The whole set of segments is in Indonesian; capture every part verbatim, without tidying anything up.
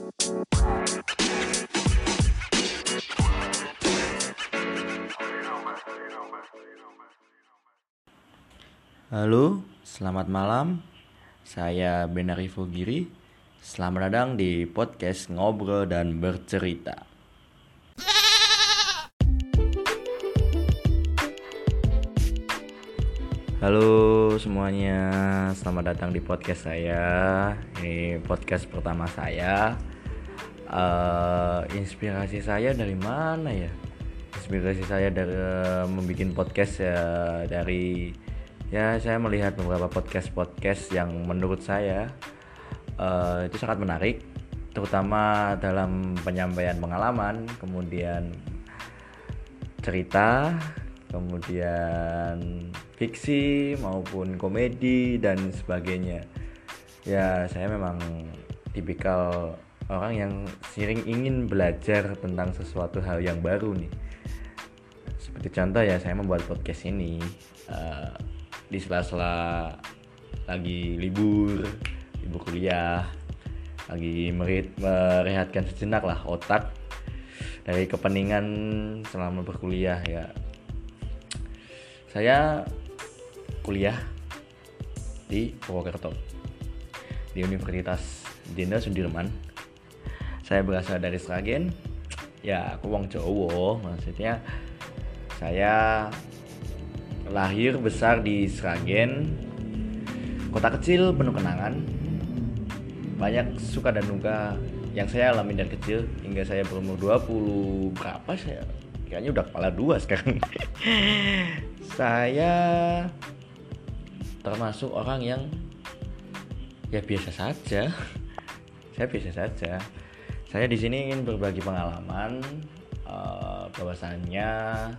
Halo, selamat malam. Saya Benari Fogiri. Selamat datang di podcast Ngobrol dan Bercerita. Halo semuanya, selamat datang di podcast saya. Ini podcast pertama saya. Uh, inspirasi saya dari mana ya? Inspirasi saya dari uh, membuat podcast ya dari Ya, saya melihat beberapa podcast-podcast yang menurut saya uh, itu sangat menarik, terutama dalam penyampaian pengalaman, kemudian cerita, kemudian fiksi maupun komedi dan sebagainya. Ya, saya memang tipikal orang yang sering ingin belajar tentang sesuatu hal yang baru nih. Seperti contoh ya, saya membuat podcast ini uh, di sela-sela lagi libur, libur kuliah, lagi merit, merehatkan sejenak lah otak dari kepeningan selama berkuliah ya. Saya kuliah di Purwokerto, di Universitas Jenderal Sudirman. Saya berasal dari Sragen, ya aku wong Jawa, maksudnya saya lahir besar di Sragen, kota kecil penuh kenangan, banyak suka dan duka yang saya alami dari kecil hingga saya berumur dua puluh berapa saya kayaknya udah kepala dua sekarang. Saya termasuk orang yang ya biasa saja. Saya biasa saja. Saya di sini ingin berbagi pengalaman uh, bahwasannya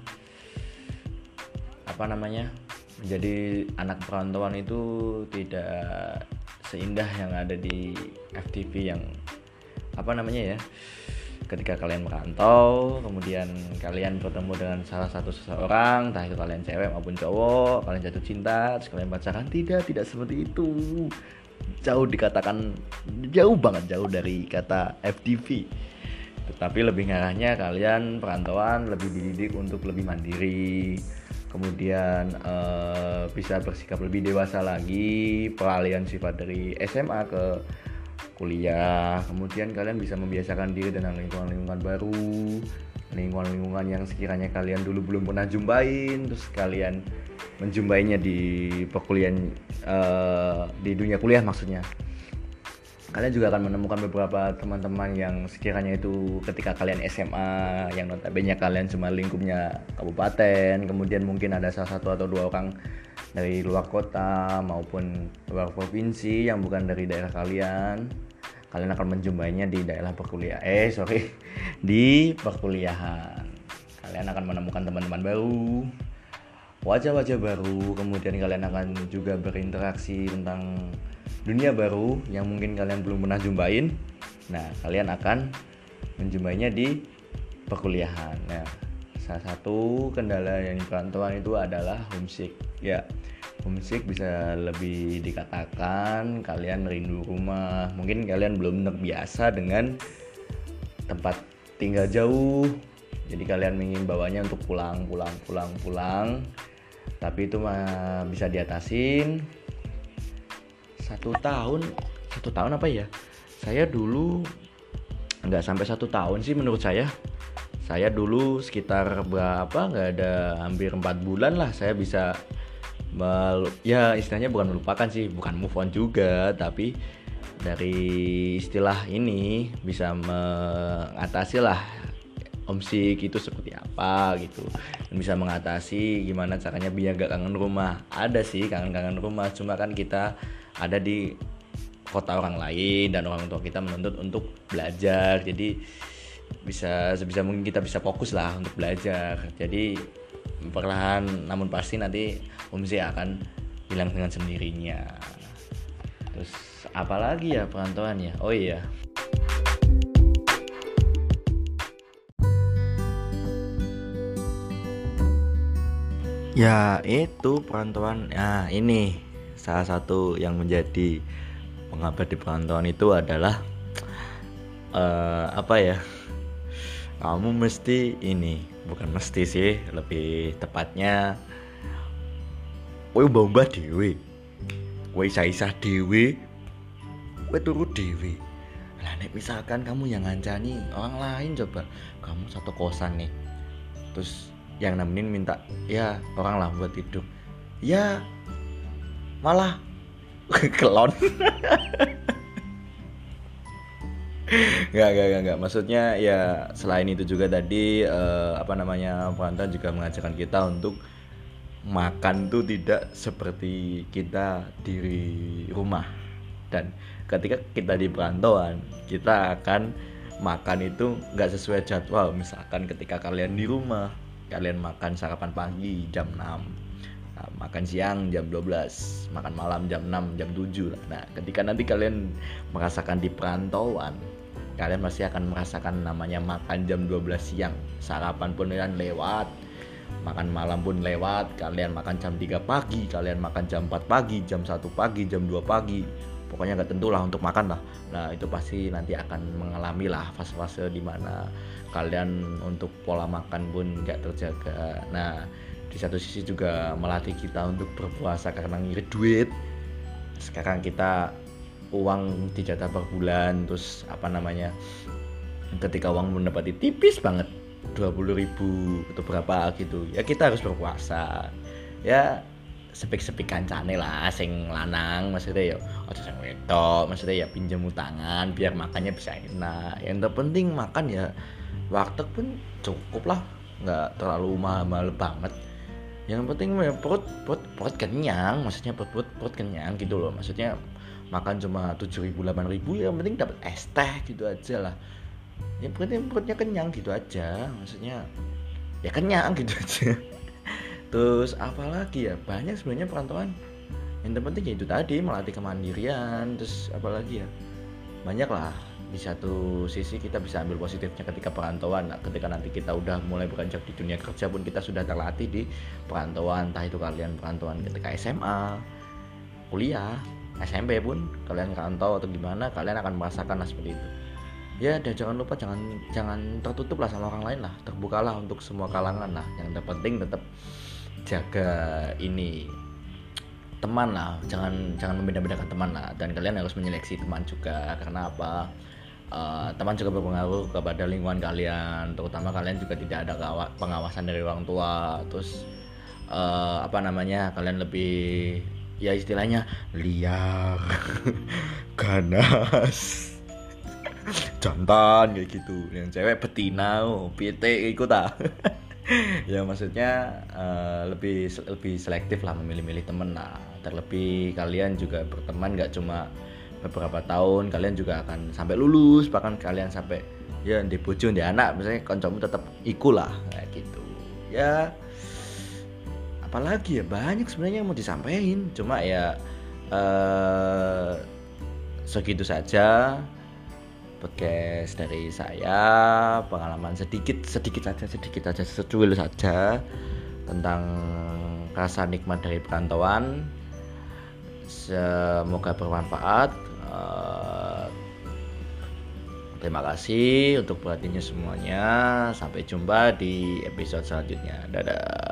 apa namanya menjadi anak perantauan itu tidak seindah yang ada di F T V yang apa namanya ya, ketika kalian merantau kemudian kalian bertemu dengan salah satu seseorang, entah itu kalian cewek maupun cowok, kalian jatuh cinta terus kalian pacaran. Tidak, tidak seperti itu. Jauh dikatakan, jauh banget jauh dari kata F T V, tetapi lebih ngarahnya kalian perantauan lebih dididik untuk lebih mandiri, kemudian uh, bisa bersikap lebih dewasa lagi, peralihan sifat dari S M A ke kuliah, kemudian kalian bisa membiasakan diri dengan lingkungan-lingkungan baru, lingkungan-lingkungan yang sekiranya kalian dulu belum pernah jumpain, terus kalian menjumpainya di perkuliahan, uh, di dunia kuliah maksudnya. Kalian juga akan menemukan beberapa teman-teman yang sekiranya itu ketika kalian S M A yang notabene kalian cuma lingkupnya kabupaten, kemudian mungkin ada salah satu atau dua orang dari luar kota maupun luar provinsi yang bukan dari daerah kalian. Kalian akan menjumpainya di daerah perkuliahan, eh sorry di perkuliahan. Kalian akan menemukan teman-teman baru, wajah-wajah baru, kemudian kalian akan juga berinteraksi tentang dunia baru yang mungkin kalian belum pernah jumpain. Nah, kalian akan menjumpainya di perkuliahan. Nah, salah satu kendala yang di perantauan itu adalah homesick. Ya, homesick bisa lebih dikatakan kalian rindu rumah. Mungkin kalian belum terbiasa dengan tempat tinggal jauh. Jadi kalian ingin bawanya untuk pulang, pulang, pulang, pulang. Tapi itu mah bisa diatasin. Satu tahun, satu tahun apa ya? Saya dulu nggak sampai satu tahun sih menurut saya. Saya dulu sekitar berapa? Nggak ada, hampir empat bulan lah. Saya bisa, melu- ya istilahnya bukan melupakan sih, bukan move on juga, tapi dari istilah ini bisa mengatasi lah homesick itu seperti apa gitu, dan bisa mengatasi gimana caranya biar gak kangen rumah. Ada sih kangen-kangen rumah, cuma kan kita ada di kota orang lain dan orang tua kita menuntut untuk belajar, jadi bisa sebisa mungkin kita bisa fokus lah untuk belajar. Jadi perlahan namun pasti nanti homesick akan hilang dengan sendirinya. Terus apalagi ya perantauannya, oh iya ya itu perantauan. Nah ini salah satu yang menjadi pengabdi di perantauan itu adalah uh, apa ya, kamu mesti ini, bukan mesti sih, lebih tepatnya kowe mbah dhewe, kowe isa-isa dhewe, kowe turu dhewe. Lah nek misalkan kamu yang ngancani orang lain, coba kamu satu kosan nih, terus yang nemenin minta ya orang lah buat tidur, ya malah kelon. Nggak, nggak, nggak, nggak. Maksudnya ya selain itu juga tadi eh, apa namanya, perantauan juga mengajarkan kita untuk makan tuh tidak seperti kita di rumah. Dan ketika kita di perantauan, kita akan makan itu nggak sesuai jadwal. Misalkan ketika kalian di rumah, kalian makan sarapan pagi jam enam, nah, makan siang jam dua belas, makan malam jam enam, jam tujuh lah. Nah ketika nanti kalian merasakan di perantauan, kalian pasti akan merasakan namanya makan jam dua belas siang. Sarapan pun kalian lewat, makan malam pun lewat, kalian makan jam tiga pagi, kalian makan jam empat pagi, jam satu pagi, jam dua pagi, pokoknya nggak tentu lah untuk makan lah. Nah itu pasti nanti akan mengalami lah fase-fase dimana kalian untuk pola makan pun nggak terjaga. Nah di satu sisi juga melatih kita untuk berpuasa karena ngirit duit. Sekarang kita uang dijatah per bulan, terus apa namanya, ketika uang mendapati tipis banget dua puluh ribu atau berapa gitu, ya kita harus berpuasa. Ya sepik-sepik kancane lah sing lanang, maksudnya ya aja sing wedok, maksudnya ya pinjam utangan biar makannya bisa enak. Yang terpenting makan ya warteg pun cukup lah, nggak terlalu mahal-mahal banget. Yang penting ya perut perut perut kenyang, maksudnya perut perut, perut kenyang gitu loh. Maksudnya makan cuma tujuh ribu delapan ribu, ya yang penting dapat es teh gitu aja lah. Ya penting perutnya kenyang gitu aja, maksudnya ya kenyang gitu aja. Terus apalagi ya, banyak sebenarnya perantauan. Yang terpenting ya itu tadi, melatih kemandirian. Terus apalagi ya, banyak lah. Di satu sisi kita bisa ambil positifnya ketika perantauan. Nah, ketika nanti kita udah mulai beranjak di dunia kerja pun kita sudah terlatih di perantauan. Entah itu kalian perantauan ketika S M A, kuliah, S M P pun kalian rantau atau gimana, kalian akan merasakan lah seperti itu. Ya dan jangan lupa jangan jangan tertutup lah sama orang lain lah, terbukalah untuk semua kalangan lah. Yang terpenting tetap jaga ini teman lah, jangan jangan membeda-bedakan teman lah, dan kalian harus menyeleksi teman juga. Karena apa? Uh, teman juga berpengaruh kepada lingkungan kalian, terutama kalian juga tidak ada pengawasan dari orang tua. Terus uh, apa namanya, kalian lebih ya istilahnya liar, ganas, jantan kayak gitu. Yang cewek betina, oh, P T ikut ah. Ya maksudnya uh, lebih lebih selektif lah memilih-milih temen lah. Terlebih kalian juga berteman gak cuma beberapa tahun, kalian juga akan sampai lulus, bahkan kalian sampai ya di bojo di anak, misalnya kancamu tetap iku lah kayak gitu. Ya apalagi ya, banyak sebenarnya yang mau disampaikan, cuma ya uh, segitu saja podcast dari saya, pengalaman sedikit sedikit saja sedikit saja secuil saja tentang rasa nikmat dari perantauan. Semoga bermanfaat. Uh, terima kasih untuk perhatiannya semuanya. Sampai jumpa di episode selanjutnya. Dadah.